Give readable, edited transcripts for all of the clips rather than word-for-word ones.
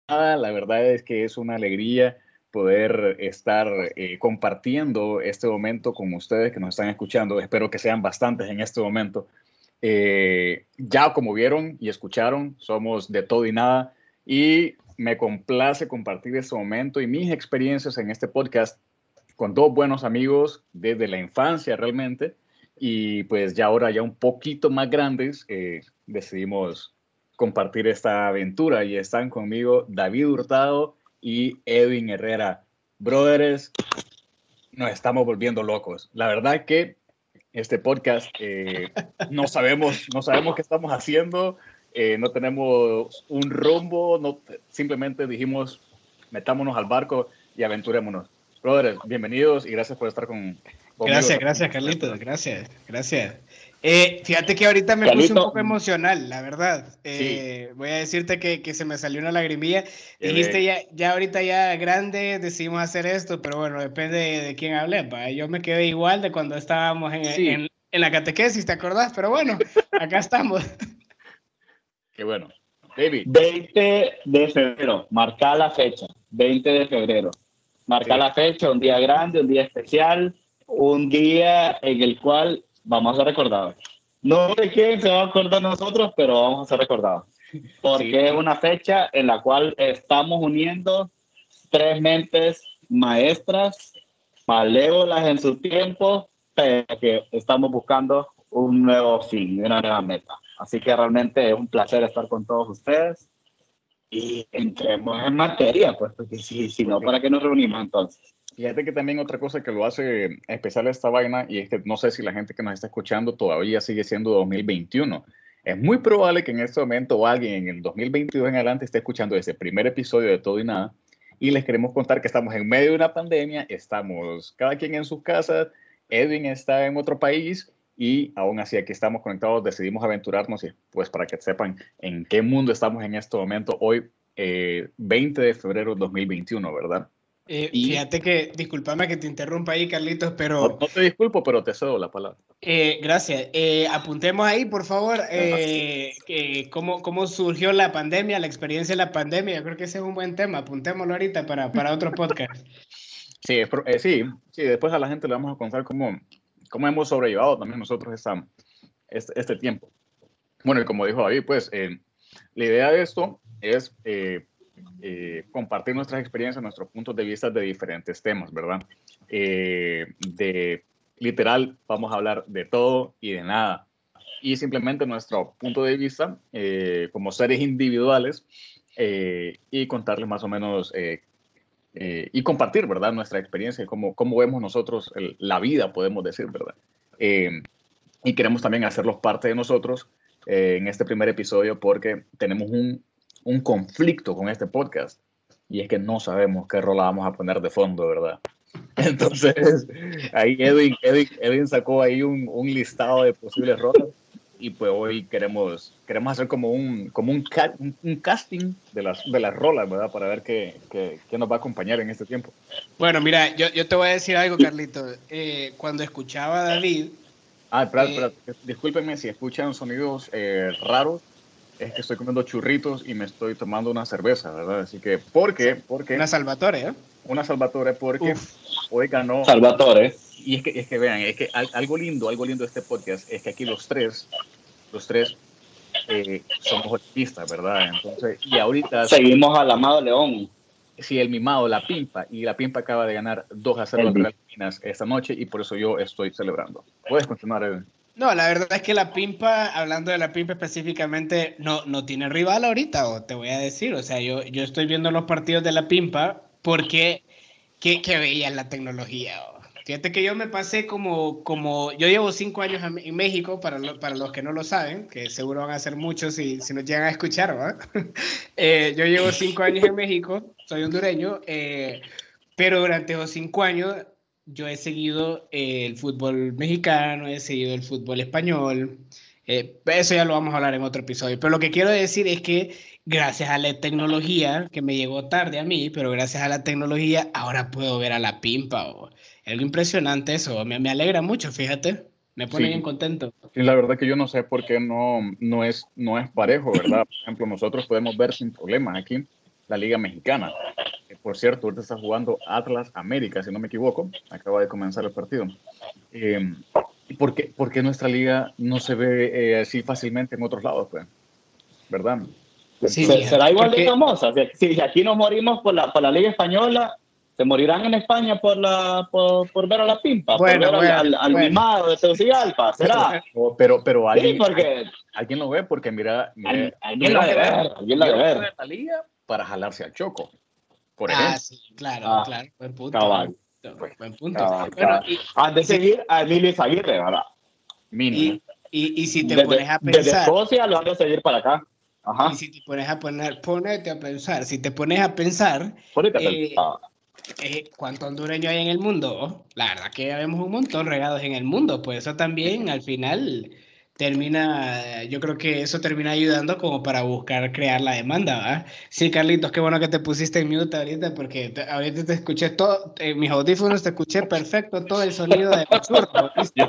La verdad es que es una alegría poder estar compartiendo este momento con ustedes que nos están escuchando. Espero que sean bastantes en este momento. Ya como vieron y escucharon, somos de todo y nada y me complace compartir este momento y mis experiencias en este podcast con dos buenos amigos desde la infancia realmente y pues ya ahora ya un poquito más grandes decidimos compartir esta aventura y están conmigo David Hurtado y Edwin Herrera. Brothers, nos estamos volviendo locos. La verdad que este podcast no sabemos qué estamos haciendo, no tenemos un rumbo, simplemente dijimos metámonos al barco y aventurémonos. Brothers, bienvenidos y gracias por estar conmigo. Gracias, Carlitos, gracias. Fíjate que ahorita me puse un Carlito, poco emocional, la verdad. Sí, Voy a decirte que se me salió una lagrimilla. qué Dijiste bello. ya ahorita ya grande decidimos hacer esto, pero bueno, depende de quién hable. ¿Va? Yo me quedé igual de cuando estábamos Sí, en la catequesis, ¿te acordás? Pero bueno, acá estamos. qué bueno. David, 20 de febrero, marca la fecha, 20 de febrero. Marca sí, la fecha, un día grande, un día especial, un día en el cual vamos a ser recordados. No sé quién se va a acordar de nosotros, pero vamos a ser recordados. sí, Porque es una fecha en la cual estamos uniendo tres mentes maestras, malévolas en su tiempo, pero que estamos buscando un nuevo fin, una nueva meta. Así que realmente es un placer estar con todos ustedes y entremos en materia, pues, porque si no, porque ¿para qué nos reunimos entonces? fíjate que también otra cosa que lo hace especial esta vaina, y es que no sé si la gente que nos está escuchando todavía sigue siendo 2021. Es muy probable que en este momento alguien en el 2022 en adelante esté escuchando ese primer episodio de Todo y Nada, y les queremos contar que estamos en medio de una pandemia, estamos cada quien en sus casas, Edwin está en otro país, y aún así aquí estamos conectados, decidimos aventurarnos, y pues para que sepan en qué mundo estamos en este momento, hoy 20 de febrero de 2021, ¿verdad? Y Fíjate que, discúlpame que te interrumpa ahí, Carlitos, no, pero no te disculpo, pero te cedo la palabra. gracias. Apuntemos ahí, por favor, cómo surgió la pandemia, la experiencia de la pandemia. Yo creo que ese es un buen tema. Apuntémoslo ahorita para otro podcast. Sí, sí, después a la gente le vamos a contar cómo hemos sobrellevado también nosotros este tiempo. Bueno, y como dijo David, pues la idea de esto es compartir nuestras experiencias, nuestros puntos de vista de diferentes temas, ¿verdad? Literal, vamos a hablar de todo y de nada. Y simplemente nuestro punto de vista como seres individuales y contarles más o menos y compartir, ¿verdad? Nuestra experiencia, cómo vemos nosotros la vida, podemos decir, ¿verdad? Eh, y queremos también hacerlos parte de nosotros en este primer episodio porque tenemos un conflicto con este podcast y es que no sabemos qué rola vamos a poner de fondo, ¿verdad? Entonces, ahí Edwin sacó ahí un listado de posibles rolas y pues hoy queremos hacer como un casting de las rolas, ¿verdad? Para ver qué nos va a acompañar en este tiempo. Bueno, mira, yo te voy a decir algo, Carlitos. Cuando escuchaba a David, Espera, discúlpenme si escuchan sonidos raros, es que estoy comiendo churritos y me estoy tomando una cerveza, ¿verdad? Así que, ¿por qué? Porque una Salvatore, ¿eh? una Salvatore, porque Uf, hoy ganó. Salvatore, Y es que vean, es que algo lindo de este podcast es que aquí los tres somos olimpistas, ¿verdad? Entonces, y ahorita, seguimos al amado León, si el mimado, la Pimpa acaba de ganar 2-0 el al Real Minas esta noche y por eso yo estoy celebrando. Puedes continuar, Edwin. no, la verdad es que la Pimpa, hablando de la Pimpa específicamente, no tiene rival ahorita, o te voy a decir. O sea, yo estoy viendo los partidos de la Pimpa porque qué bella es la tecnología. Oh. Fíjate que yo me pasé yo llevo 5 años en México, para los que no lo saben, que seguro van a ser muchos si nos llegan a escuchar, ¿va? Yo llevo 5 años en México, soy hondureño, pero durante esos 5 años yo he seguido el fútbol mexicano, he seguido el fútbol español. Eso ya lo vamos a hablar en otro episodio. Pero lo que quiero decir es que gracias a la tecnología, que me llegó tarde a mí, pero gracias a la tecnología ahora puedo ver a la Pimpa. Oh. Es algo impresionante eso. Me alegra mucho, fíjate. Me pone bien Sí, contento. sí, la verdad que yo no sé por qué no es parejo, ¿verdad? Por ejemplo, nosotros podemos ver sin problemas aquí. la Liga Mexicana. Por cierto, ahorita está jugando Atlas América, si no me equivoco. Acaba de comenzar el partido. ¿Y por qué nuestra liga no se ve así fácilmente en otros lados, pues? ¿Verdad? Sí, ¿Será igual porque- de famosa? Si aquí nos morimos por la Liga Española, ¿se morirán en España por ver a la Pimpa? Bueno, por ver al bueno. mimado de Tegucigalpa? ¿Será? Pero Sí, porque alguien lo ve porque mira, alguien la debe ver, alguien la debe tuvieron que ver. la liga para jalarse al Choco, por Ah, ejemplo. sí, claro, Ah, claro. Buen punto. cabal, Buen punto. cabal, Bueno, cabal. Han de seguir a Emilio Izaguirre, ¿verdad? Mínimo. y si te pones a Desde pensar, Escocia lo han de seguir para acá. Ajá. y si te pones a ponete a pensar, si te pones a pensar, Ahorita eh, pensaba. ¿cuántos hondureños hay en el mundo? La verdad que vemos un montón regados en el mundo, pues eso también al final termina, yo creo que eso termina ayudando como para buscar crear la demanda, ¿verdad? Sí, Carlitos, qué bueno que te pusiste en mute ahorita porque ahorita te escuché todo, en mis audífonos te escuché perfecto todo el sonido de los churros, ¿viste?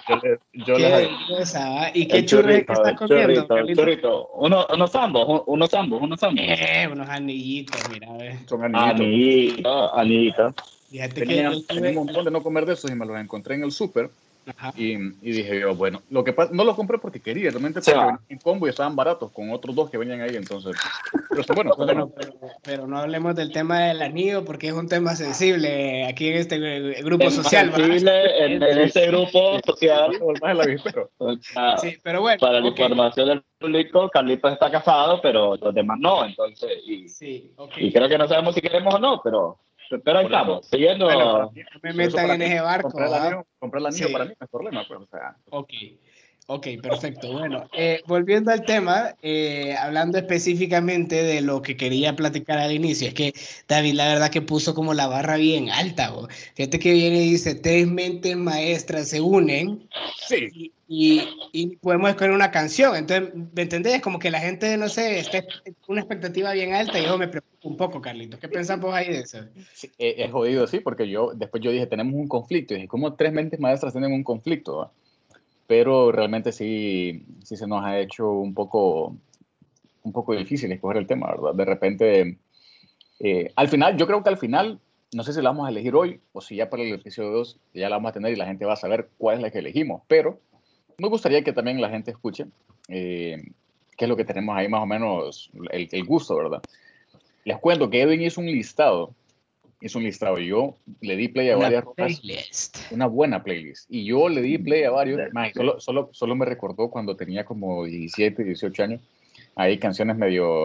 Yo Qué les belleza, ¿va? ¿Y qué El churros es que churrito, estás el comiendo, churrito, el Carlitos? churrito. Unos zambos, unos zambos, unos zambos. Unos anillitos, mira, ve. son anillitos. Anita, Anita. Fíjate que yo Tenía un estuve... montón de no comer de esos y me los encontré en el súper. Ajá. Y dije yo, bueno, lo que pasa, no los compré porque quería, realmente Se porque va. venían en combo y estaban baratos con otros dos que venían ahí, entonces, pero son buenos, son Bueno, buenos. pero no hablemos del tema del anillo porque es un tema sensible aquí en este grupo Es más social, ¿verdad? sensible en este grupo social. Más el avispero. Sí, pero bueno, Para la ok. información del público, Carlitos está casado, pero los demás no. Entonces, Sí, ok. y creo que no sabemos si queremos o no, pero ahí Por eso, estamos. Siguiendo. Bueno, no me por eso metan para en mí, ese barco, ¿ah? comprar el anillo Sí. para mí no es problema, pues, o sea, Ok, ok, perfecto. Bueno, volviendo al tema, hablando específicamente de lo que quería platicar al inicio, es que David, la verdad que puso como la barra bien alta, bo. Fíjate que viene y dice, tres mentes maestras se unen sí, y podemos escoger una canción. Entonces, ¿me entendés? Como que la gente, no sé, esté con una expectativa bien alta y yo me preocupo un poco, Carlitos. ¿Qué pensás vos ahí de eso? sí, es jodido, sí, porque después yo dije, tenemos un conflicto, y dije, ¿cómo tres mentes maestras tienen un conflicto? ¿Va? Pero realmente sí se nos ha hecho un poco difícil escoger el tema, ¿verdad? De repente, al final, yo creo que al final, no sé si la vamos a elegir hoy o si ya para el episodio 2 ya la vamos a tener y la gente va a saber cuál es la que elegimos, pero me gustaría que también la gente escuche qué es lo que tenemos ahí más o menos, el gusto, ¿verdad? Les cuento que Edwin hizo un listado, y yo le di play a Una varias rolas, playlist. una buena playlist, y yo le di play a varios, más, solo me recordó cuando tenía como 17, 18 años, hay canciones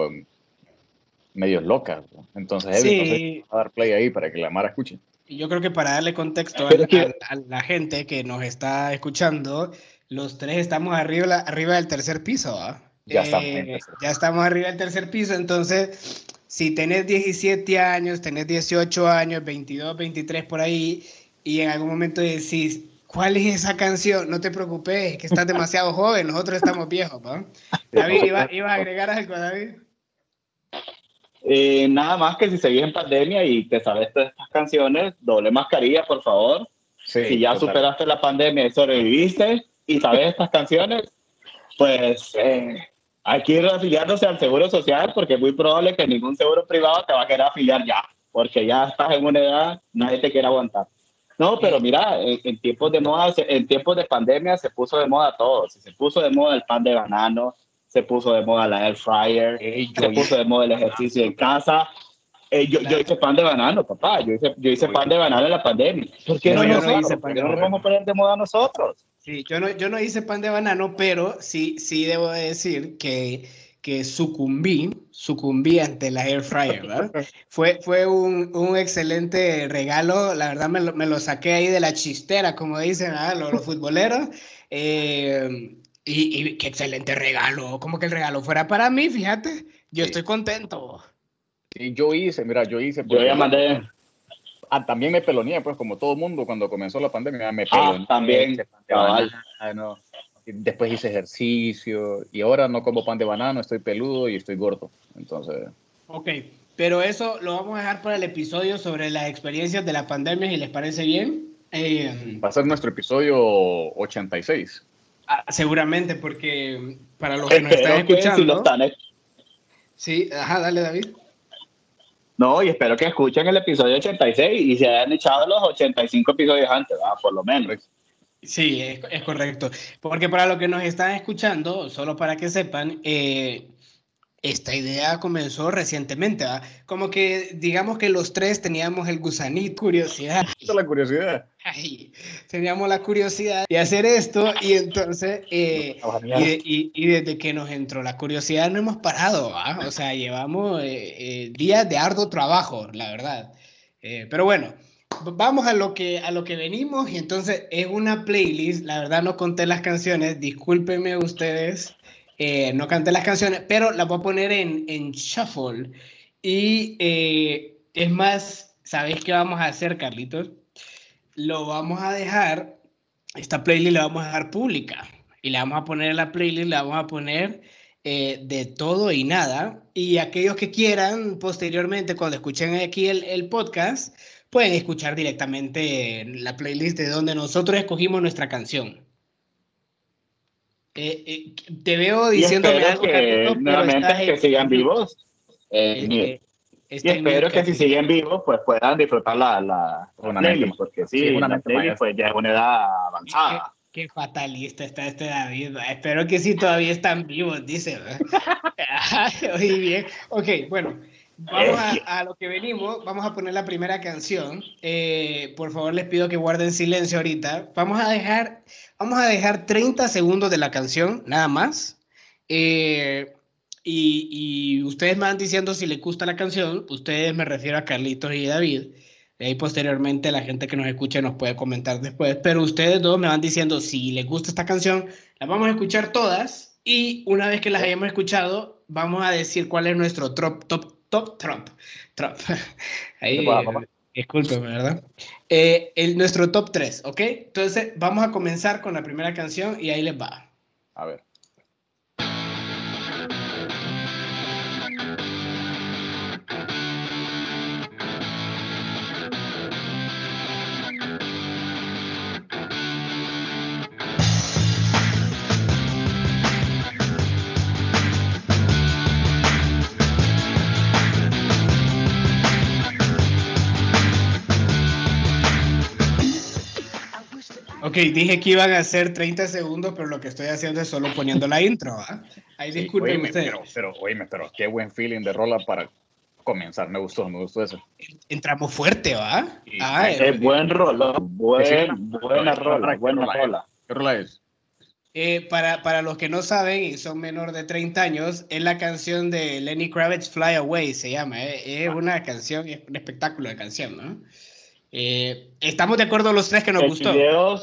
medio locas, ¿no? Entonces Edwin, no sé si Sí, va a dar play ahí para que la Mara escuche. y yo creo que para darle contexto Pero es que a la gente que nos está escuchando, los tres estamos arriba del tercer piso, ¿ah? Ya estamos en tercero. Ya estamos arriba del tercer piso, entonces, si tenés 17 años, tenés 18 años, 22, 23 por ahí, y en algún momento decís, ¿cuál es esa canción? No te preocupes, es que estás demasiado joven, nosotros estamos viejos, ¿no? David, ¿iba a agregar algo, David? nada más que si seguís en pandemia y te sabes todas estas canciones, doble mascarilla, por favor. Sí, Si ya total. superaste la pandemia y sobreviviste y sabes estas canciones, pues hay que ir afiliándose al seguro social porque es muy probable que ningún seguro privado te va a querer afiliar ya, porque ya estás en una edad, nadie te quiere aguantar. No, pero mira, en tiempos de moda, en tiempos de pandemia se puso de moda todo. Se puso de moda el pan de banano, se puso de moda la air fryer, se puso de moda el ejercicio en casa. Yo hice pan de banano, papá. Yo hice pan de banano en la pandemia. ¿Por qué no No, yo no hice nosotros? pan ¿Por de qué no nos banano. vamos a poner de moda nosotros? Sí, yo no hice pan de banano, pero sí debo de decir que sucumbí ante la air fryer, ¿verdad? Fue un excelente regalo, la verdad me lo saqué ahí de la chistera, como dicen los futboleros, y qué excelente regalo, como que el regalo fuera para mí, fíjate, yo Sí. estoy contento. Y yo hice Yo porque ya mandé. también me peloneé, pues como todo mundo cuando comenzó la pandemia, me peloneé, También, hice pan de cabal. banano, y después hice ejercicio, y ahora no como pan de banano, estoy peludo y estoy gordo, entonces... Ok, pero eso lo vamos a dejar para el episodio sobre las experiencias de la pandemia, si les parece bien. Va a ser nuestro episodio 86. Seguramente, porque para los que nos están Espero que si lo escuchando, están sí, ajá, dale David. No, y espero que escuchen el episodio 86 y se hayan echado los 85 episodios antes, ¿verdad? Por lo menos. Sí, es correcto. Porque para los que nos están escuchando, solo para que sepan, esta idea comenzó recientemente, ¿va? Como que digamos que los tres teníamos el gusanito, curiosidad. Esa es la curiosidad. Ay, teníamos la curiosidad de hacer esto y entonces, y desde que nos entró la curiosidad no hemos parado, ¿va? O sea, llevamos días de arduo trabajo, la verdad. Pero bueno, vamos a lo que venimos y entonces es una playlist, la verdad no conté las canciones, discúlpenme ustedes, no canté las canciones, pero las voy a poner en shuffle y es más, ¿sabéis qué vamos a hacer, Carlitos? Lo vamos a dejar, esta playlist la vamos a dejar pública y la vamos a poner en la playlist, la vamos a poner de todo y nada. Y aquellos que quieran, posteriormente, cuando escuchen aquí el podcast, pueden escuchar directamente la playlist de donde nosotros escogimos nuestra canción. Te veo diciéndome algo, Carlitos, pero nuevamente que sigan vivos. Y espero que si siguen vivos, pues puedan disfrutar la playlist, porque sí, la playlist pues ya es una edad avanzada. Qué fatalista está este David. Espero que sí todavía están vivos, dice. Muy bien. Ok, bueno, vamos a lo que venimos. Vamos a poner la primera canción. Por favor, les pido que guarden silencio ahorita. Vamos a dejar 30 segundos de la canción, nada más. Y ustedes me van diciendo si les gusta la canción. Ustedes, me refiero a Carlitos y David. Y ahí posteriormente la gente que nos escuche nos puede comentar después. Pero ustedes dos me van diciendo si les gusta esta canción. Las vamos a escuchar todas. Y una vez que las hayamos escuchado, vamos a decir cuál es nuestro top. Ahí, discúlpeme, ¿verdad? Nuestro top 3, ¿ok? Entonces, vamos a comenzar con la primera canción y ahí les va. A ver. Ok, dije que iban a ser 30 segundos, pero lo que estoy haciendo es solo poniendo la intro, ¿ah? Ahí sí, disculpen ustedes. Pero qué buen feeling de rola para comenzar. Me gustó eso. Entramos fuerte, ¿va? Es buen rola, buena rola. ¿Qué rola es? Para los que no saben y son menor de 30 años, es la canción de Lenny Kravitz, Fly Away, se llama. Es una canción, es un espectáculo de canción, ¿no? ¿Estamos de acuerdo los tres que nos gustó?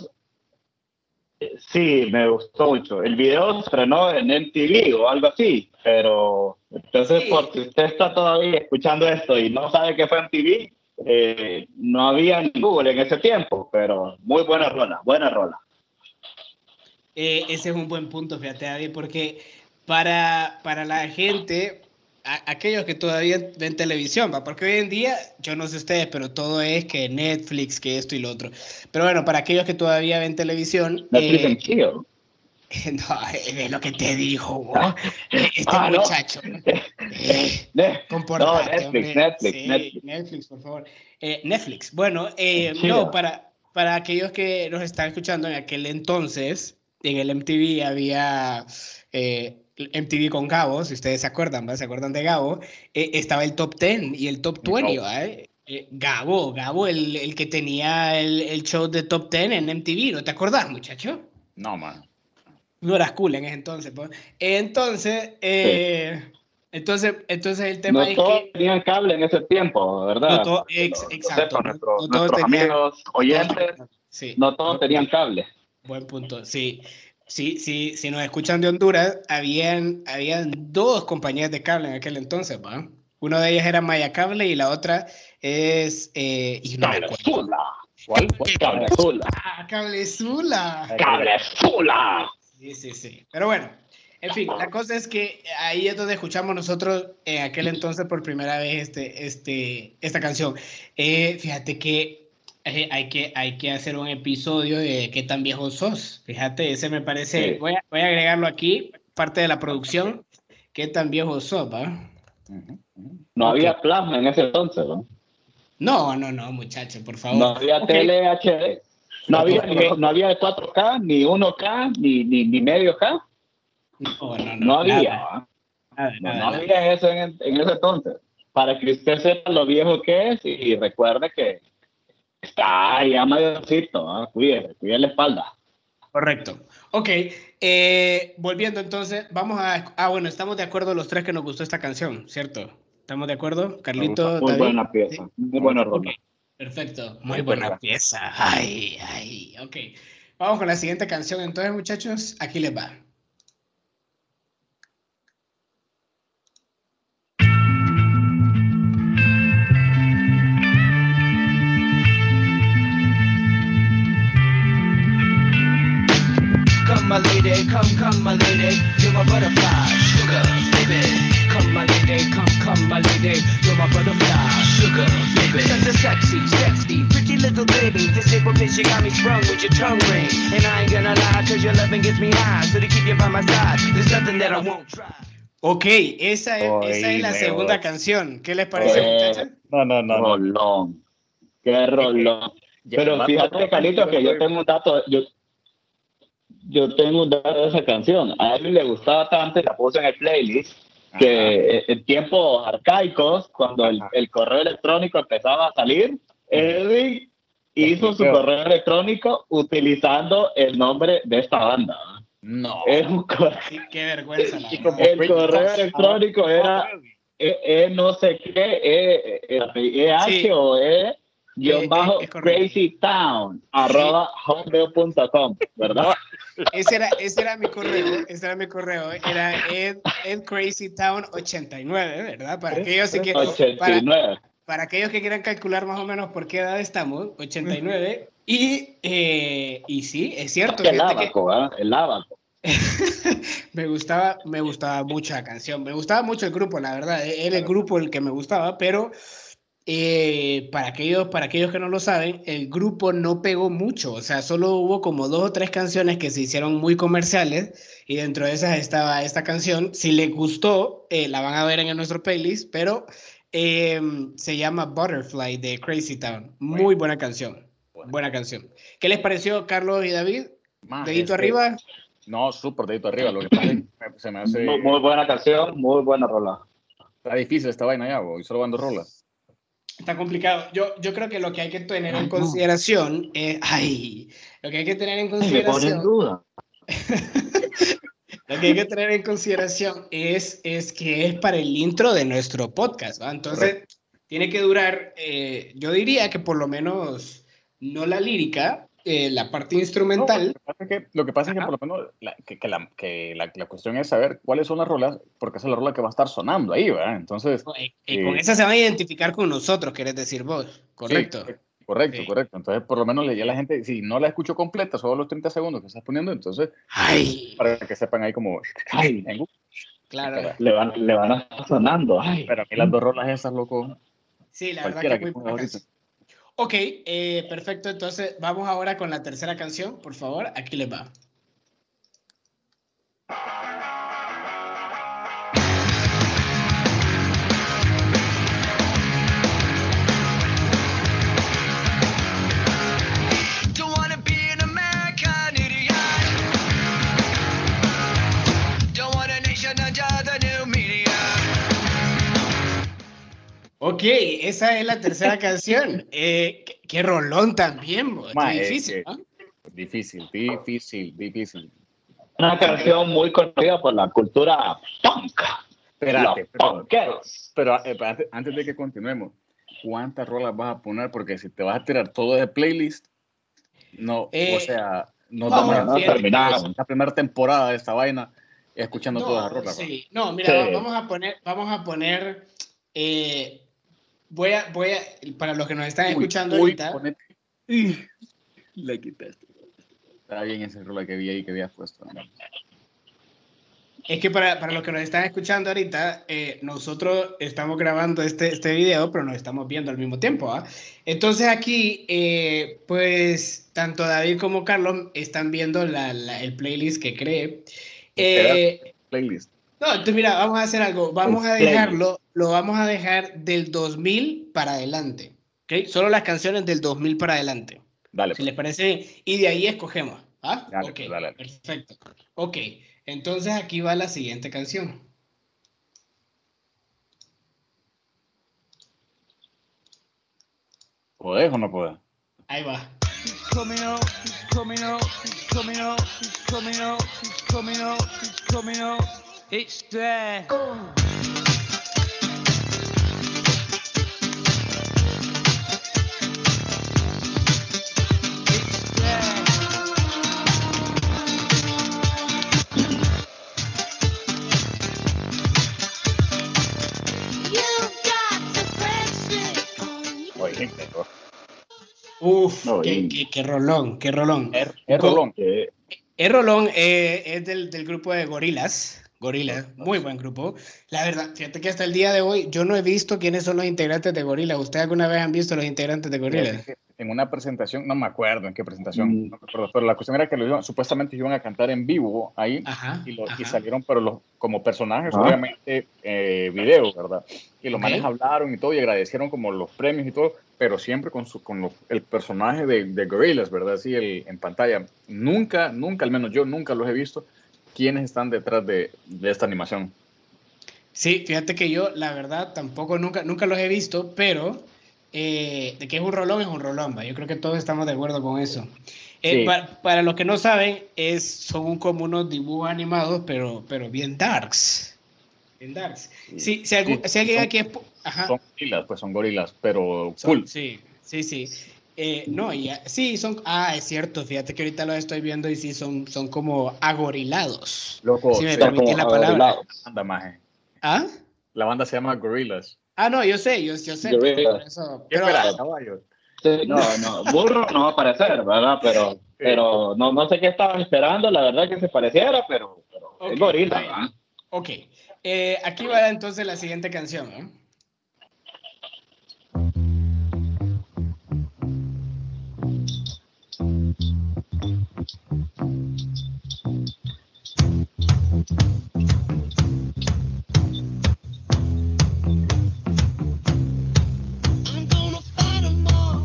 Sí, me gustó mucho. El video se estrenó en MTV o algo así, pero entonces, sí, porque usted está todavía escuchando esto y no sabe qué fue MTV, no había ni Google en ese tiempo, pero muy buena rola. Ese es un buen punto, fíjate, David, porque para la gente, aquellos que todavía ven televisión, ¿va? Porque hoy en día, yo no sé ustedes, pero todo es que Netflix, que esto y lo otro. Pero bueno, para aquellos que todavía ven televisión... Netflix en Chill. No, es lo que te dijo, ¿no? Muchacho. Comportate, Netflix, por favor. Netflix, bueno, no, para aquellos que nos están escuchando en aquel entonces, en el MTV había... MTV con Gabo, si ustedes se acuerdan, ¿va? ¿Se acuerdan de Gabo? Estaba el top 10 y el top 20, ¿va? Gabo, el que tenía el show de top 10 en MTV, ¿no te acordás, muchacho? No, man. No eras cool en ese entonces, pues. Entonces el tema es que... No todos tenían cable en ese tiempo, ¿verdad? Exacto. Nuestros amigos oyentes, sí, no todos tenían cable. Buen punto, sí. Sí, si nos escuchan de Honduras, habían dos compañías de cable en aquel entonces, ¿va? Una de ellas era Maya Cable y la otra es... Cablezula. ¿Cuál? Cablezula. Cablezula. Sí. Pero bueno, en fin, la cosa es que ahí es donde escuchamos nosotros en aquel entonces por primera vez esta canción. Fíjate que hay que hacer un episodio de qué tan viejo sos. Fíjate, ese me parece... Sí. Voy a agregarlo aquí, parte de la producción. ¿Qué tan viejo sos, va? No había plasma en ese entonces, ¿no? No, muchacho, por favor. No había tele HD. No había 4K, ni 1K, ni medio K. No había. No había eso en ese entonces. Para que usted sepa lo viejo que es y recuerde que está ya mayorcito, ¿no? Cuide la espalda. Correcto. Ok, volviendo entonces, bueno, estamos de acuerdo los tres que nos gustó esta canción, ¿cierto? ¿Estamos de acuerdo? Carlito, muy David. Buena pieza, ¿sí? Muy buena rola. Okay. Perfecto, muy buena pieza. Ay, ok. Vamos con la siguiente canción entonces, muchachos, aquí les va. Come, my lady, come, my lady, you're my butterfly, sugar, baby. Come, my lady, come, my lady, you're my butterfly, sugar, baby. Such a sexy, pretty little baby. This April bitch, you got me sprung with your tongue ring. And I ain't gonna lie, cause your loving gets me high. So to keep you by my side, there's nothing that I won't try. Ok, esa es la segunda canción. ¿Qué les parece, muchachos? No. Rolón. Qué rolón. Pero fíjate, Carlito, que yo tengo un dato. Yo tengo un dato de esa canción. A él le gustaba tanto y la puso en el playlist que en tiempos arcaicos, cuando el correo electrónico empezaba a salir, Edwin hizo su correo electrónico utilizando el nombre de esta banda. No. Sí, qué vergüenza. El correo electrónico era no sé qué, EH o crazytown @hotmail.com, ¿verdad? Ese era mi correo, era edcrazytown89, ¿verdad? Para aquellos que 89. Para aquellos que quieran calcular más o menos por qué edad estamos, 89, y sí, es cierto. El abaco, el abaco. me gustaba mucho la canción, me gustaba mucho el grupo, la verdad, era el grupo el que me gustaba, pero para aquellos que no lo saben, el grupo no pegó mucho, o sea, solo hubo como 2 o 3 canciones que se hicieron muy comerciales y dentro de esas estaba esta canción. Si les gustó, la van a ver en nuestro playlist, pero se llama Butterfly de Crazy Town. Muy buena canción. Buena canción. ¿Qué les pareció, Carlos y David? ¿Dedito arriba? No, súper dedito arriba. Lo que pasa es que se me hace... Muy buena canción, muy buena rola. Está difícil esta vaina ya, y solo van 2 rolas. Está complicado. Yo creo que lo que hay que tener en consideración es... Lo que hay que tener en consideración... Me duda. Lo que hay que tener en consideración es que es para el intro de nuestro podcast, ¿va? Entonces, tiene que durar, yo diría que por lo menos, no la lírica, la parte instrumental. No, lo que pasa es que por lo menos la cuestión es saber cuáles son las rolas, porque esa es la rola que va a estar sonando ahí, ¿verdad? Entonces... con esa se van a identificar con nosotros, querés decir vos, ¿correcto? Sí, correcto. Entonces, por lo menos ya la gente, si no la escucho completa, solo los 30 segundos que estás poniendo, entonces, para que sepan ahí como... Claro. Le van a estar sonando. Pero a mí las 2 rolas esas, loco... Sí, la verdad que muy buenas. Ok, perfecto. Entonces, vamos ahora con la tercera canción, por favor. Aquí les va. Ok, esa es la tercera canción. Qué rolón también, bro. Difícil, ¿no? Difícil. Una canción muy conocida por la cultura punk. Pero antes de que continuemos, ¿cuántas rolas vas a poner? Porque si te vas a tirar todo de playlist, no terminamos la primera temporada de esta vaina escuchando todas las rolas. Sí. No, mira, sí. vamos a poner voy a para los que nos están escuchando ahorita. La quitaste. Está bien esa rola que vi ahí que habías puesto. Es que para los que nos están escuchando ahorita, nosotros estamos grabando este video, pero nos estamos viendo al mismo tiempo, ¿ah? Entonces aquí, pues, tanto David como Carlos están viendo el playlist que creé. Playlist. No, entonces mira, vamos a hacer algo. Vamos a dejarlo, lo vamos a dejar del 2000 para adelante. ¿Ok? Solo las canciones del 2000 para adelante. Dale, Si pues. les parece bien. Y de ahí escogemos. ¿Ah? Dale, Ok, pues, dale. perfecto. Ok, entonces aquí va la siguiente canción. ¿Podés o no podés? Ahí va. Coming up, coming up, coming up, coming up, coming up, coming up. It's there. It's there. Oye, Uf, No, qué rolón, qué rolón. es Rolón. Rolón es del grupo de Gorilas. Gorilas, muy buen grupo. La verdad, fíjate que hasta el día de hoy yo no he visto quiénes son los integrantes de Gorilas. ¿Ustedes alguna vez han visto los integrantes de Fíjate Gorilas? que en una presentación, no me acuerdo en qué presentación, Mm, no me acuerdo, pero la cuestión era que supuestamente iban a cantar en vivo ahí Ajá, y ajá. salieron, pero como personajes, ajá. obviamente, video, ¿verdad? Y los Ok. manes hablaron y todo y agradecieron como los premios y todo, pero siempre el personaje de Gorillaz, ¿verdad? Así en pantalla. Nunca, nunca, al menos yo nunca los he visto, quiénes están detrás de esta animación. Sí, fíjate que yo, la verdad, tampoco nunca los he visto, pero de que es un rolón, va. Yo creo que todos estamos de acuerdo con eso. Sí, Para los que no saben, son como unos dibujos animados, pero bien darks. Bien darks. sí, Sí, si sí, alguien aquí es... Ajá, son gorilas, pues son gorilas, pero cool. sí, sí, sí. No, sí, es cierto, fíjate que ahorita los estoy viendo y sí, son como agorilados, Loco, si me Está permitís como la palabra. agorilado. anda maje. ¿Ah? La banda se llama Gorillaz. No, yo sé, por Gorilla. eso. ¿Qué Pero, espera, caballo? Sí, no, burro no va a aparecer, ¿verdad? Sí. Pero no sé qué estaban esperando, la verdad que se pareciera, pero es ok, gorila, está bien. ¿verdad? Ok. Aquí va entonces la siguiente canción, ¿eh? I'm gonna fight 'em all.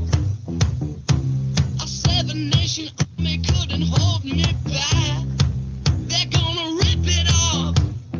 A seven nation army couldn't hold me back. They're gonna rip it off.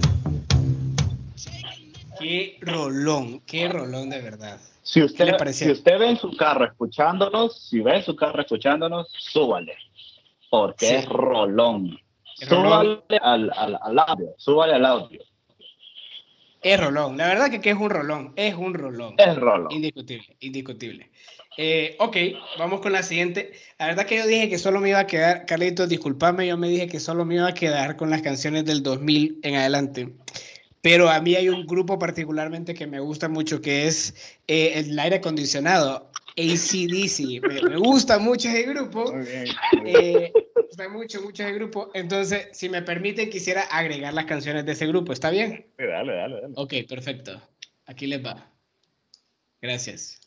Qué rolón de verdad. Si ¿Qué le usted, si pareció? usted ve en su carro escuchándonos, si ve en su carro escuchándonos, súbale, porque es Sí, rolón. es rolón, Súbale al audio, súbale al audio. es rolón. La verdad que es un rolón, es un rolón. Es rolón. Indiscutible, indiscutible. Ok, vamos con la siguiente. La verdad que yo dije que solo me iba a quedar, Carlitos, discúlpame, yo me dije que solo me iba a quedar con las canciones del 2000 en adelante. Pero a mí hay un grupo particularmente que me gusta mucho, que es el aire acondicionado, AC/DC. Me gusta mucho ese grupo. Muy bien, muy bien. Me gusta mucho ese grupo. Entonces, si me permiten, quisiera agregar las canciones de ese grupo. ¿Está bien? Sí, dale, dale, dale. Ok, perfecto. Aquí les va. Gracias.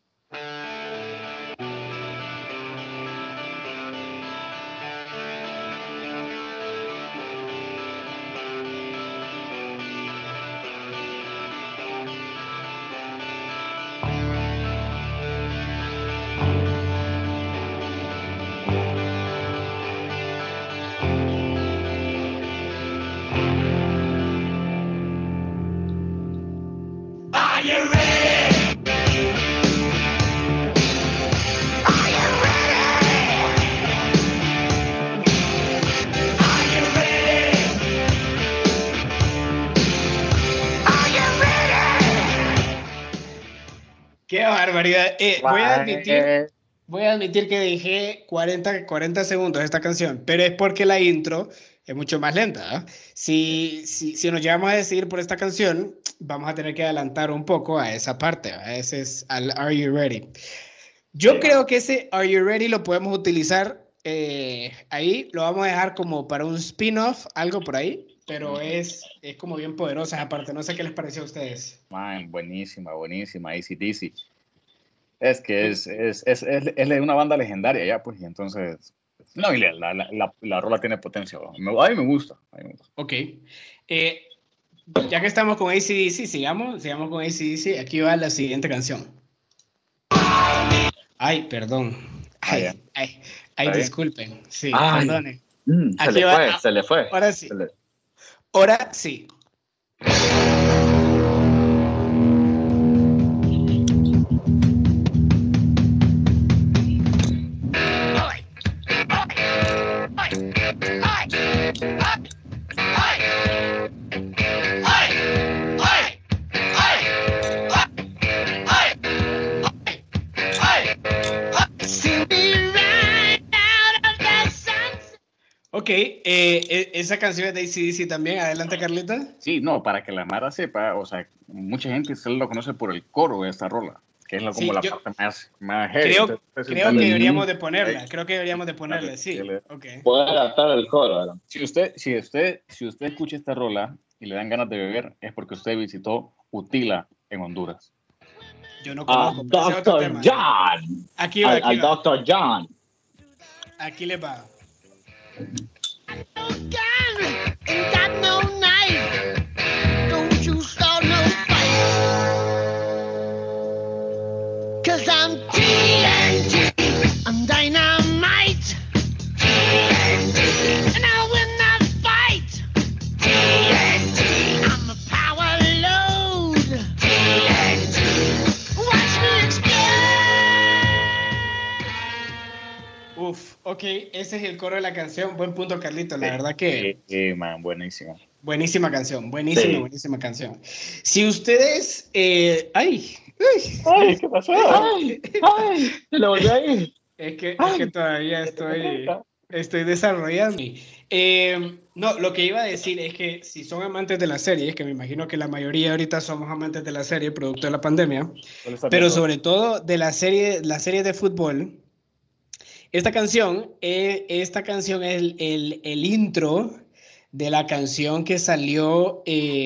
Are you ready? Are you ready? Are you ready? Are you ready? ¡Qué barbaridad! Voy a admitir que dejé 40 segundos esta canción, pero es porque la intro es mucho más lenta. ¿Ah? Si nos llevamos a decidir por esta canción, vamos a tener que adelantar un poco a esa parte. ¿Ah? Ese es al Are You Ready? Yo creo que ese Are You Ready lo podemos utilizar ahí, lo vamos a dejar como para un spin-off, algo por ahí, pero es como bien poderosa esa parte. No sé qué les pareció a ustedes. Man, buenísima, buenísima, AC/DC. Es que es una banda legendaria ya, pues, y entonces, no, y la rola tiene potencia. A mí me gusta, a mí me gusta. Ok. Ya que estamos con AC/DC, sigamos con AC/DC. Aquí va la siguiente canción. Ay, perdón. Ay, Está bien. disculpen. Sí, Ay. perdonen. Se Aquí le va. fue, se le fue. Ahora sí. Se le- Ahora sí. Ok, esa canción es de AC/DC también. Adelante, Carlita. Sí, no, para que la Mara sepa, o sea, mucha gente solo lo conoce por el coro de esta rola, que es como Sí, la yo parte más heavy. creo Entonces, que dale, deberíamos de ahí, ponerla. Creo que deberíamos de ponerla, dale, sí. dale. Ok. Puede adaptar el coro, ¿verdad? Si usted escucha esta rola y le dan ganas de beber, es porque usted visitó Utila en Honduras. Yo no A conozco, pero ese es otro Dr. tema. John. Aquí va, Al Dr. John. Aquí le va. Ain't got no knife. Don't you start no fight. 'Cause I'm TNT. I'm dynamite. TNT. And I win the fight. TNT. I'm a power load. TNT. Watch me explode. Uf, ok, ese es el coro de la canción. Buen punto, Carlito. La verdad que Man, buenísimo. buenísima canción. Sí. Buenísima canción. Si ustedes... ay, Ay, ¿qué pasó? Ay, se le volvió ahí. es que todavía estoy desarrollando. No, lo que iba a decir es que si son amantes de la serie, que me imagino que la mayoría ahorita somos amantes de la serie, producto de la pandemia, pero sobre todo de la serie de fútbol, esta canción es el intro de la canción que salió,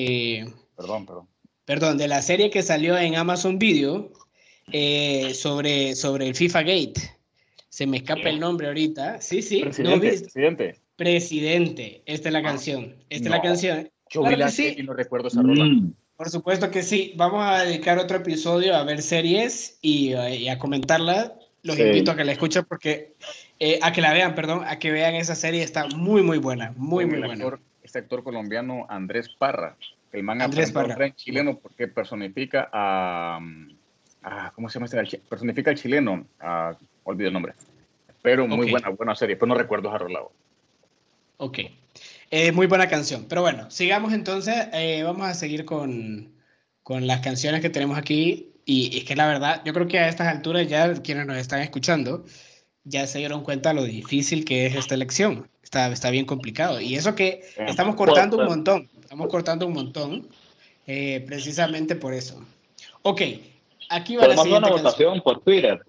Perdón. de la serie que salió en Amazon Video sobre el FIFA Gate. Se me escapa el nombre ahorita. Sí, no viste. Presidente. Esta es la canción. Yo Claro vi la que sí. serie y no recuerdo esa rola. Por supuesto que sí. Vamos a dedicar otro episodio a ver series y a comentarla. Los invito a que la escuchen porque a que la vean, perdón, a que vean esa serie. Está muy, muy buena. Muy buena. Este actor colombiano, Andrés Parra. El man Andrés aparentó Parra. en chileno porque personifica ¿cómo se llama este? Personifica al chileno. Olvido el nombre. Pero muy buena serie. Pero no recuerdo esa rola. Ok. Muy buena canción. Pero bueno, sigamos entonces. Vamos a seguir con las canciones que tenemos aquí. Y es que la verdad, yo creo que a estas alturas ya quienes nos están escuchando ya se dieron cuenta lo difícil que es esta elección. Está bien complicado. Y eso que estamos cortando un montón. Estamos cortando un montón. Precisamente por eso. Ok. Aquí va la Podemos hacer siguiente una votación canción. por Twitter.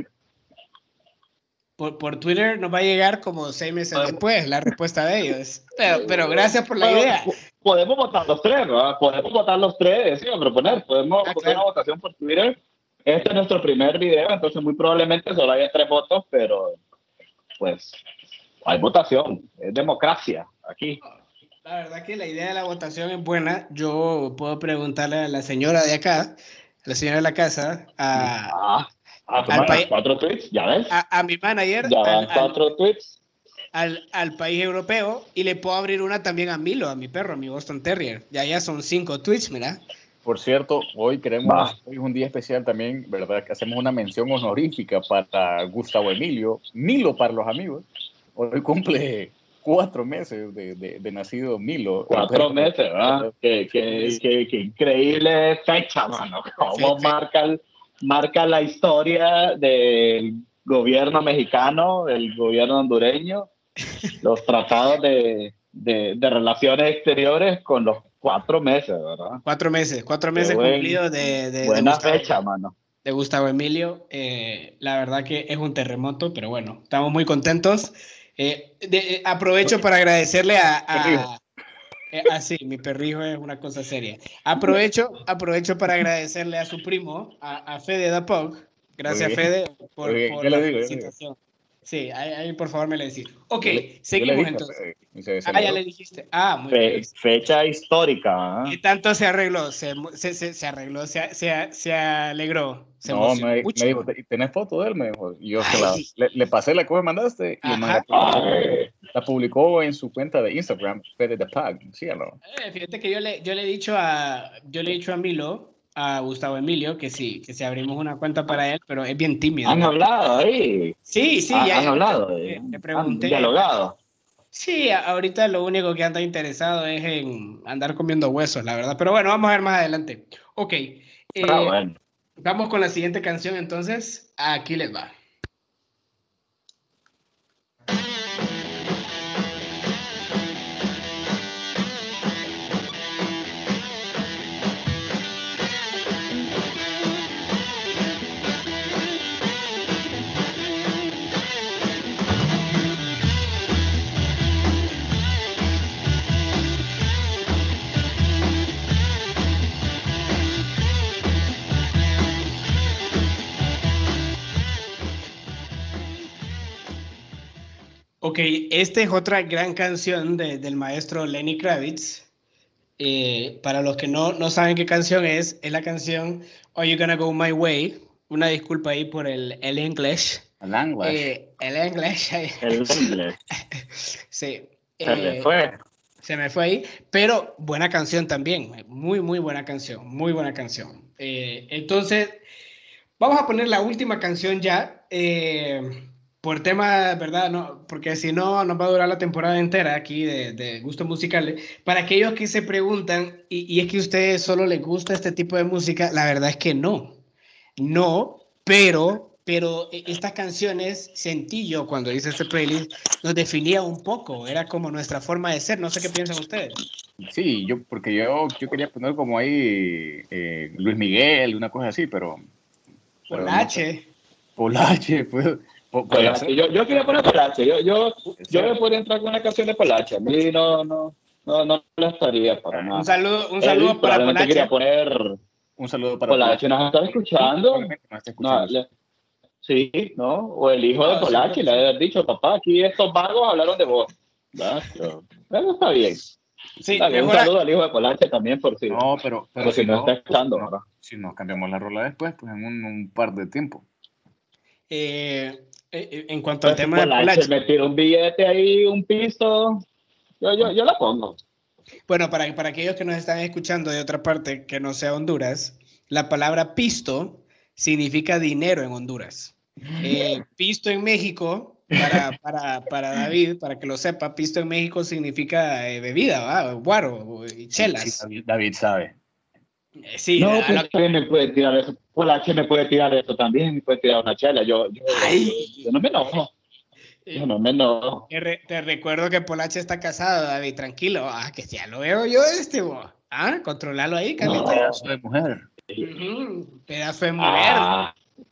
Por Twitter nos va a llegar como 6 meses Podemos- después la respuesta de ellos. Pero gracias por la idea. Podemos votar los tres, ¿verdad? Podemos votar los tres, sí, a proponer. Podemos hacer claro. una votación por Twitter. Este es nuestro primer video, entonces muy probablemente solo haya 3 votos, pero pues hay votación. Es democracia aquí. La verdad que la idea de la votación es buena. Yo puedo preguntarle a la señora de acá, a la señora de la casa, Toma, 4 tweets, ya ves. a mi manager, Ya van 4 tweets. al país europeo, y le puedo abrir una también a Milo, a mi perro, a mi Boston Terrier. Ya son 5 tweets, mira. Por cierto, hoy es un día especial también, ¿verdad? Que hacemos una mención honorífica para Gustavo Emilio, Milo para los amigos. Hoy cumple 4 meses de nacido Milo. 4 meses, ¿verdad? Qué increíble fecha, mano. Cómo marca la historia del gobierno mexicano, del gobierno hondureño, los tratados de relaciones exteriores con los 4 meses, ¿verdad? 4 meses cumplidos de buena Gustavo, fecha, mano. de Gustavo Emilio. La verdad que es un terremoto, pero bueno, estamos muy contentos. Aprovecho para agradecerle sí, mi perrijo es una cosa seria. Aprovecho para agradecerle a su primo, a Fede da Pog. Gracias, Fede, por la felicitación. Sí, ahí por favor me le decís. Ok, Yo le seguimos dije, entonces. y se Ya celebró. le dijiste. Muy bien. Fecha histórica. ¿Qué tanto se arregló? Se arregló, se alegró, se No, emocionó me mucho. dijo, ¿tenés foto de él? Me dijo. Y yo Ay. le pasé la que me mandaste y el man Ajá. la publicó en su cuenta de Instagram, Fede the Pag, ¿sí o no? Fíjate que yo le he dicho a Milo, a Gustavo Emilio, que sí, que si abrimos una cuenta para él, pero es bien tímido. Han hablado ahí. Sí, ya Han hablado. le Han pregunté. dialogado. Sí, ahorita lo único que anda interesado es en andar comiendo huesos, la verdad. Pero bueno, vamos a ver más adelante. Ok, Bueno. vamos con la siguiente canción entonces. Aquí les va. Ok, esta es otra gran canción del maestro Lenny Kravitz. Para los que no saben qué canción es la canción Are You Gonna Go My Way? Una disculpa ahí por el English. El English. El English. El inglés. Sí. Se le fue. Se me fue ahí, pero buena canción también, muy, muy buena canción, muy buena canción. Entonces, vamos a poner la última canción ya, por tema, ¿verdad? No, porque si no, nos va a durar la temporada entera aquí de gustos musicales. Para aquellos que se preguntan, y es que a ustedes solo les gusta este tipo de música, la verdad es que no, pero estas canciones, sentí yo cuando hice este playlist, nos definía un poco, era como nuestra forma de ser, no sé qué piensan ustedes. Sí, porque yo quería poner como ahí Luis Miguel, una cosa así, pero no sé. Polache. Polache, pues. Podría Polache. ser. Yo quería poner Polache. Yo me podría entrar con una canción de Polache. A mí no le estaría para nada. Un saludo Él para probablemente Polache. quería poner Un saludo para Polache. ¿Nos está escuchando? Probablemente nos está escuchando. Sí, ¿no? O el hijo de Polache le debe haber dicho, papá, aquí estos vagos hablaron de vos. ¿Verdad? Pero está bien. Sí, Está bien. Un saludo al hijo de Polache también por si, No, pero por si no está escuchando. ¿Verdad? si nos cambiamos la rola después, pues en un par de tiempo. En cuanto al tema de Polache me tira un billete ahí, un piso, yo la pongo. Bueno, para aquellos que nos están escuchando de otra parte que no sea Honduras, la palabra pisto significa dinero en Honduras. Pisto en México, para David, para que lo sepa, pisto en México significa bebida, ¿va? Guaro y chelas. Sí, David sabe. Sí, No, pues también me puede tirar eso. Polache me puede tirar eso también, me puede tirar una chela. Yo no me enojo. Yo no me enojo. Te recuerdo que Polache está casado, David, tranquilo. Que ya lo veo yo vos. Controlalo ahí, Carlita. Pedazo de mujer. Pedazo de mujer. Ah.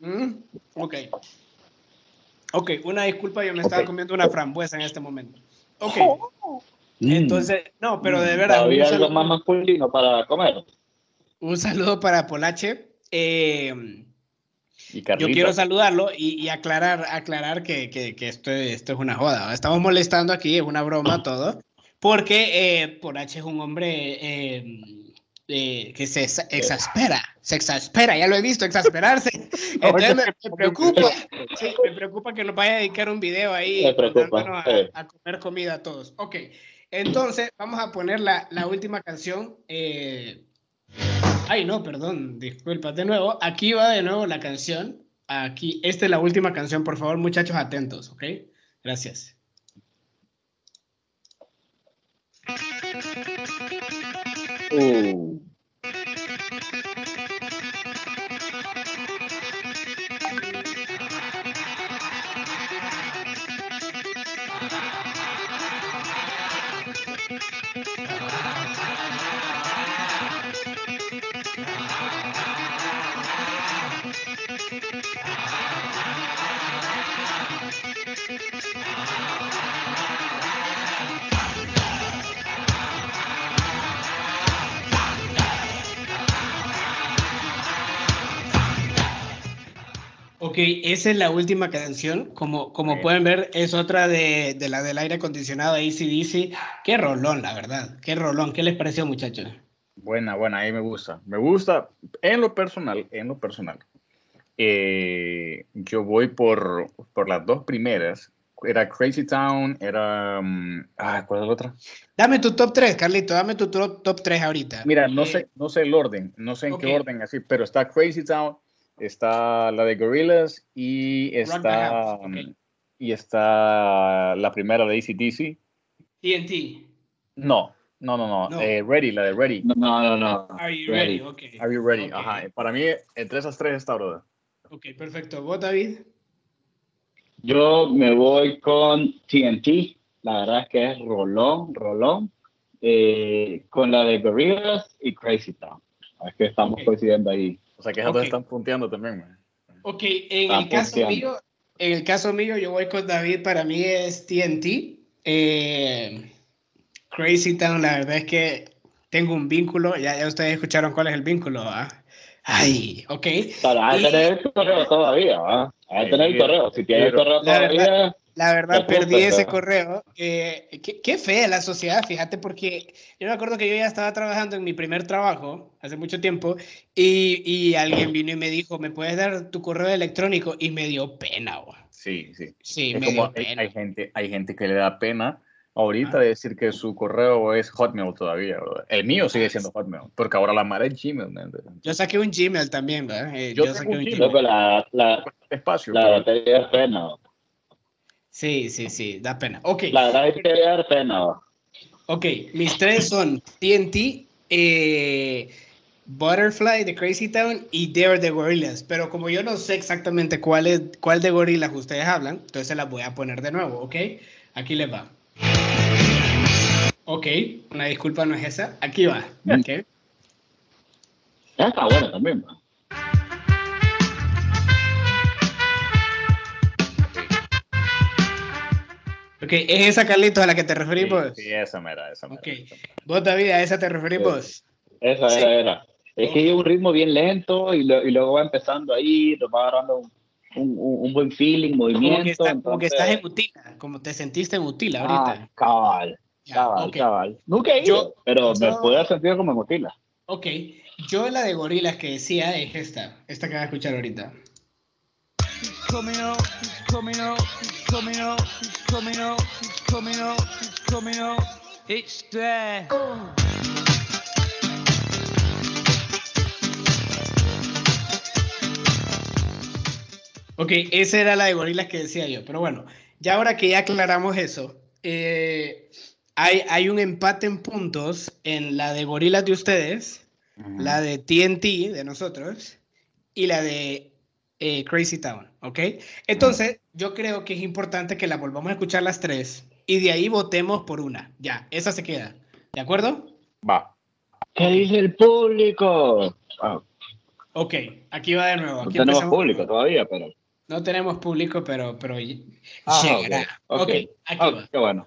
Ok, una disculpa, yo me estaba comiendo una frambuesa en este momento. Ok. Entonces, no, pero de verdad. ¿Todavía algo más masculino para comer? Un saludo para Polache. Y yo quiero saludarlo y aclarar que esto es una joda. Estamos molestando aquí, es una broma todo, porque Polache es un hombre que se exaspera, ya lo he visto, exasperarse. Entonces me preocupa que nos vaya a dedicar un video ahí mandándonos a comer comida a todos. Ok, entonces vamos a poner la última canción. Ay, no, perdón, disculpa de nuevo. Aquí va de nuevo la canción. Aquí, esta es la última canción, por favor, muchachos, atentos, ¿ok? Gracias. Ok, esa es la última canción. Como pueden ver, es otra de la del aire acondicionado AC/DC. Qué rolón, la verdad. Qué rolón. ¿Qué les pareció, muchachos? Buena, ahí me gusta. Me gusta en lo personal. Yo voy por las dos primeras. Era Crazy Town, era... ¿cuál es la otra? Dame tu top 3, Carlito. Dame tu top 3 ahorita. Mira, no sé el orden. No sé en qué orden así, pero está Crazy Town, está la de Gorillaz y está... Y está la primera de AC/DC. TNT. No. Ready, la de Ready. No. Are you ready? Ok. Are you ready? Okay. Ajá. Para mí, entre esas tres está, brother. Ok, perfecto. ¿Vos, David? Yo me voy con TNT. La verdad es que es rolón. Con la de Gorillaz y Crazy Town. Es que estamos coincidiendo ahí. O sea que esas dos están punteando también, man. Ok, en el caso mío, yo voy con David. Para mí es TNT. Crazy Town, la verdad es que tengo un vínculo. Ya ustedes escucharon cuál es el vínculo, ¿ah? Ay, ok. Hay que tener el correo todavía, ¿ah? Hay que tener el correo. Si tienes el correo todavía... La verdad, perdí ese correo. Qué fea la sociedad, fíjate, porque yo me acuerdo que yo ya estaba trabajando en mi primer trabajo hace mucho tiempo y alguien vino y me dijo, ¿me puedes dar tu correo electrónico? Y me dio pena, güey. Sí. Sí, me dio pena. Hay gente que le da pena ahorita decir que su correo es Hotmail todavía, ¿verdad? El mío sigue siendo Hotmail, porque ahora la madre es Gmail, ¿no? Yo saqué un Gmail también, ¿verdad? Yo saqué un Gmail. Loco, la batería es pena. Sí, da pena. Ok. La verdad es que debe dar pena. Ok, mis tres son TNT, Butterfly de Crazy Town y Dare de Gorillaz. Pero como yo no sé exactamente cuál de Gorillaz ustedes hablan, entonces se las voy a poner de nuevo, ¿ok? Aquí les va. Ok, una disculpa, no es esa. Aquí va. Okay. Ya está bueno también, man. Ok, ¿es esa, Carlitos, a la que te referís vos? Sí, esa mera. Ok, vos, David, ¿a esa te referís vos? Esa era. Es que lleva un ritmo bien lento y luego va empezando ahí, nos va agarrando un buen feeling, movimiento. Como que estás en Utila, como te sentiste en Utila ahorita. Cabal. Nunca he ido, pero me puedo sentir como en Utila. Ok, yo la de Gorillaz que decía es esta que vas a escuchar ahorita. Coming up. It's there. Ok, esa era la de Gorillaz que decía yo, pero bueno, ya ahora que ya aclaramos eso, hay un empate en puntos en la de Gorillaz de ustedes, la de TNT de nosotros y la de Crazy Town, ¿ok? Entonces, yo creo que es importante que la volvamos a escuchar las tres y de ahí votemos por una. Ya, esa se queda. ¿De acuerdo? Va. ¿Qué dice el público? Ok, aquí va de nuevo. Aquí no tenemos público todavía, pero... No tenemos público, pero llegará. Okay. Aquí va. Qué bueno.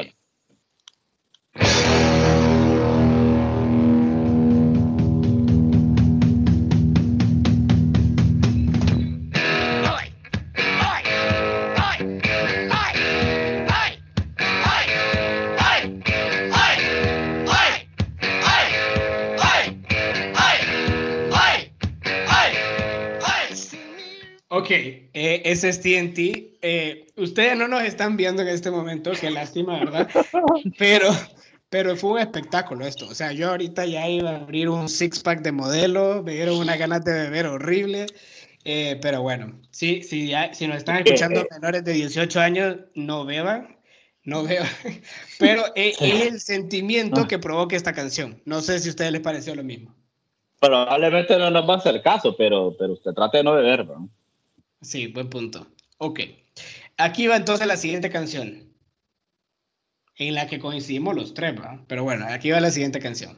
Ok, ese es TNT. Ustedes no nos están viendo en este momento, qué lástima, ¿verdad? Pero fue un espectáculo esto. O sea, yo ahorita ya iba a abrir un six-pack de modelo, me dieron unas ganas de beber horrible. Pero bueno, si nos están escuchando menores de 18 años, no beban. Pero es el sentimiento que provoca esta canción. No sé si a ustedes les pareció lo mismo. Probablemente no nos va a hacer caso, pero usted trate de no beber, ¿no? Sí, buen punto. Ok. Aquí va entonces la siguiente canción. En la que coincidimos los tres, ¿no? Pero bueno, aquí va la siguiente canción.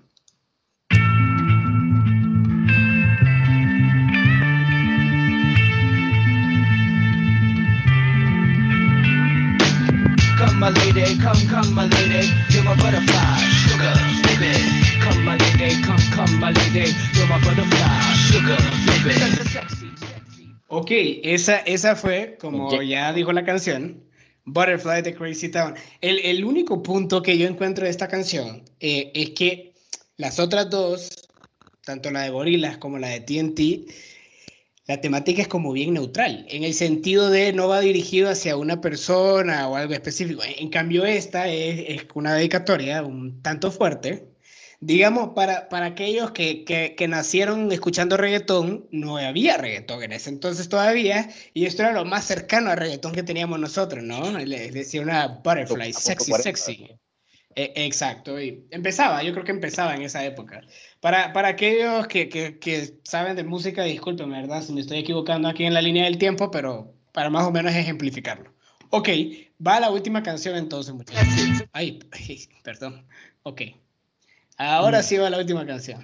Come my lady, come my lady, you're my butterfly, sugar, baby. Come my lady, come my lady, you're my butterfly, sugar, baby. Ok, esa fue, como ya dijo la canción, Butterfly de Crazy Town. El único punto que yo encuentro de esta canción es que las otras dos, tanto la de Gorillaz como la de TNT, la temática es como bien neutral, en el sentido de no va dirigido hacia una persona o algo específico. En cambio, esta es una dedicatoria un tanto fuerte. Digamos, para aquellos que nacieron escuchando reggaetón, no había reggaetón en ese entonces todavía, y esto era lo más cercano a reggaetón que teníamos nosotros, ¿no? Le decía una butterfly, sexy, sexy. Exacto, y yo creo que empezaba en esa época. Para aquellos que saben de música, discúlpenme, ¿verdad? Si me estoy equivocando aquí en la línea del tiempo, pero para más o menos ejemplificarlo. Ok, va la última canción entonces, muchachos. Ay, perdón. Ok, ahora sí va la última canción.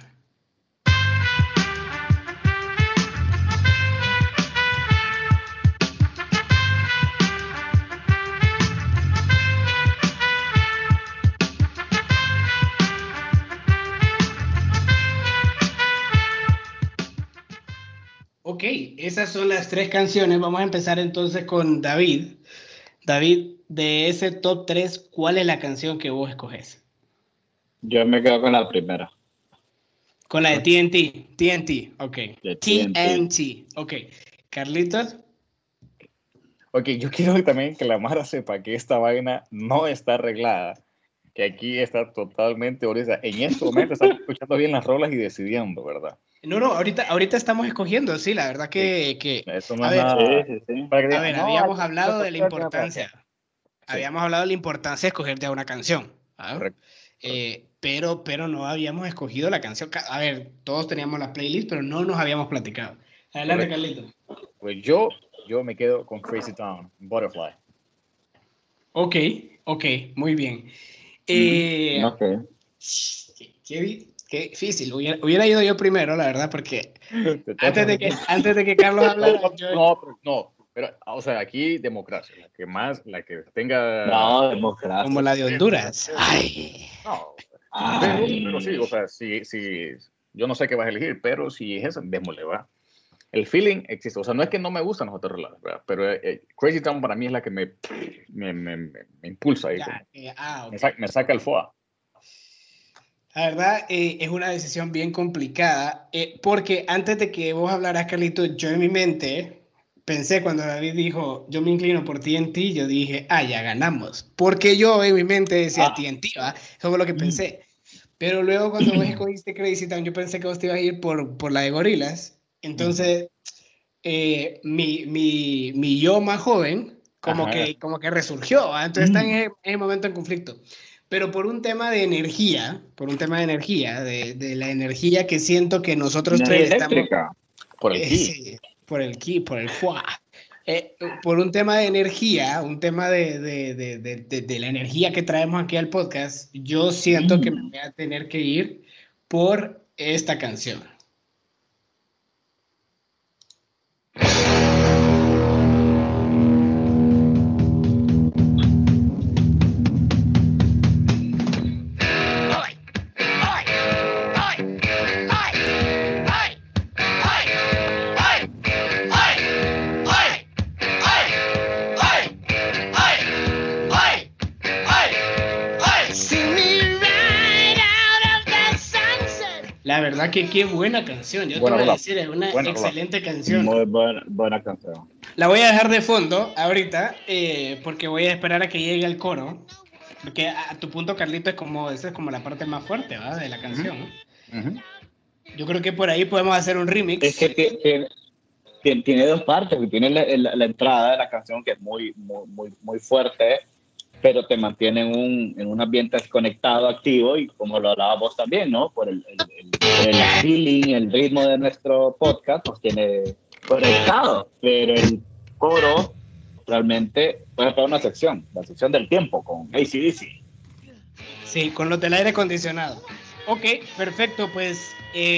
Ok, esas son las tres canciones. Vamos a empezar entonces con David. David, de ese top 3, ¿cuál es la canción que vos escoges? Yo me quedo con la primera. Con la de TNT, ok. De TNT, ok. Carlitos. Ok, yo quiero también que la Mara sepa que esta vaina no está arreglada, que aquí está totalmente, ahorita, en este momento estamos escuchando bien las rolas y decidiendo, ¿verdad? No, ahorita estamos escogiendo, sí, la verdad que Eso no a es ver, nada. Sí. Para que a digan, ver, no, habíamos hay hablado de la opciones, importancia, sí, habíamos hablado de la importancia de escoger ya una canción, ¿ah? correcto. Pero no habíamos escogido la canción. A ver, todos teníamos la playlist, pero no nos habíamos platicado. Adelante, Correcto. Carlitos. Pues yo me quedo con Crazy Town, Butterfly. Ok, muy bien. Ok. Qué difícil. Hubiera ido yo primero, la verdad, porque De todas maneras, antes de que Carlos hablara, pero, o sea, aquí democracia, la que tenga, No, como democracia. la de Honduras. Ay. no, Ay. pero sí, o sea, si, yo no sé qué vas a elegir, pero si es esa, démosle, va. El feeling existe, o sea, no es que no me gustan los otros relatos, ¿verdad? Pero Crazy Town para mí es la que me impulsa ahí, Ya, me ok. saca el foie. La verdad, es una decisión bien complicada, porque antes de que vos hablaras, Carlito, yo en mi mente pensé cuando David dijo, yo me inclino por TNT, yo dije, ya ganamos. Porque yo en mi mente decía TNT, ¿va? Eso fue lo que pensé. Pero luego cuando vos escogiste Crazy Town, yo pensé que vos te ibas a ir por la de Gorillaz. Entonces, mi yo más joven, Ajá. como que resurgió, ¿va? Entonces está en ese momento en conflicto. Pero por un tema de energía, de la energía que siento que nosotros tres Energía le estamos, eléctrica. Por el ki. sí, por el ki, por el fuá. Por un tema de energía, un tema de la energía que traemos aquí al podcast, yo siento que me voy a tener que ir por esta canción. La verdad que qué buena canción, yo te voy a decir, es una excelente canción. Muy buena canción. La voy a dejar de fondo ahorita, porque voy a esperar a que llegue el coro, porque a tu punto, Carlito, esa es como la parte más fuerte, ¿va? De la canción. Yo creo que por ahí podemos hacer un remix. Es que tiene dos partes. Tiene la entrada de la canción, que es muy fuerte, pero te mantiene en un ambiente desconectado, activo, y como lo hablábamos también, ¿no? Por el feeling, el ritmo de nuestro podcast, nos tiene conectados. Pero el coro realmente puede ser una sección, la sección del tiempo con AC/DC. Sí, con los del aire acondicionado. Ok, perfecto, pues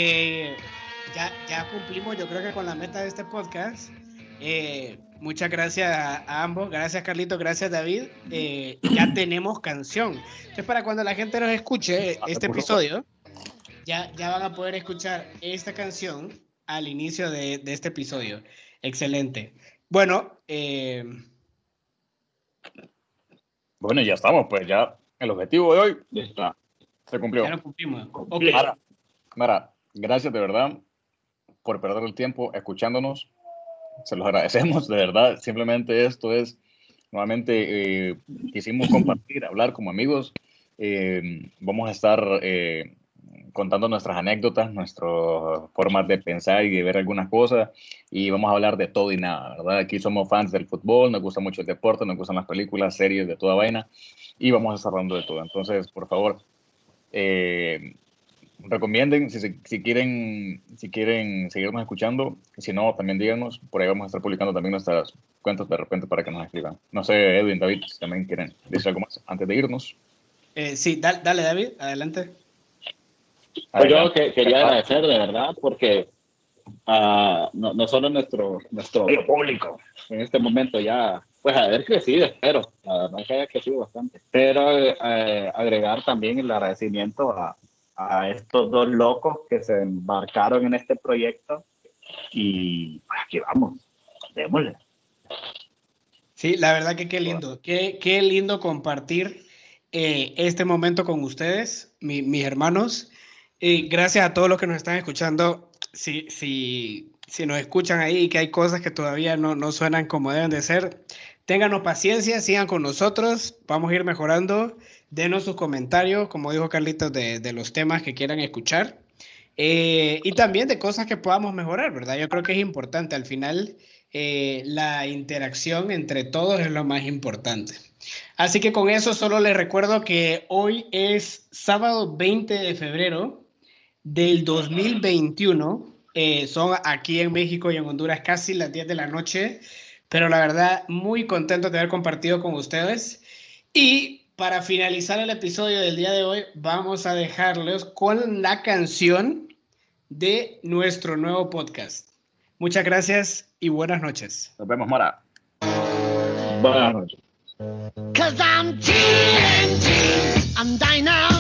ya cumplimos, yo creo que con la meta de este podcast. Muchas gracias a ambos, gracias Carlito, gracias David. Ya tenemos canción. Entonces, para cuando la gente nos escuche este episodio, ya van a poder escuchar esta canción al inicio de este episodio. Excelente. Bueno, Bueno, ya estamos, pues ya el objetivo de hoy Listo. se cumplió. ya lo cumplimos. Ok. Mara, gracias de verdad por perder el tiempo escuchándonos. Se los agradecemos, de verdad. Simplemente esto es, nuevamente, quisimos compartir, hablar como amigos. Vamos a estar contando nuestras anécdotas, nuestras formas de pensar y de ver algunas cosas, y vamos a hablar de todo y nada, ¿verdad? Aquí somos fans del fútbol, nos gusta mucho el deporte, nos gustan las películas, series, de toda vaina, y vamos a estar hablando de todo. Entonces, por favor, recomienden si quieren seguirnos escuchando. Si no, también díganos, por ahí vamos a estar publicando también nuestras cuentas de repente para que nos escriban. No sé, Edwin, David, si también quieren decir algo más antes de irnos. Sí, dale, David, adelante. Pues yo quería agradecer de verdad porque no solo nuestro público en este momento ya, pues haber crecido, espero, la verdad es que haya crecido bastante, pero agregar también el agradecimiento a estos dos locos que se embarcaron en este proyecto y pues aquí vamos, démosle. Sí, la verdad que qué lindo, qué lindo compartir este momento con ustedes, mis hermanos. Gracias a todos los que nos están escuchando. Si nos escuchan ahí y que hay cosas que todavía no suenan como deben de ser, ténganos paciencia, sigan con nosotros, vamos a ir mejorando. Denos sus comentarios, como dijo Carlitos, de los temas que quieran escuchar. Y también de cosas que podamos mejorar, ¿verdad? Yo creo que es importante. Al final, la interacción entre todos es lo más importante. Así que con eso solo les recuerdo que hoy es sábado 20 de febrero del 2021. Son aquí en México y en Honduras casi las 10 de la noche, pero la verdad muy contento de haber compartido con ustedes. Y para finalizar el episodio del día de hoy, vamos a dejarlos con la canción de nuestro nuevo podcast. Muchas gracias y buenas noches. Nos vemos, Mara. Buenas noches. 'Cause I'm TNT, I'm dynamite.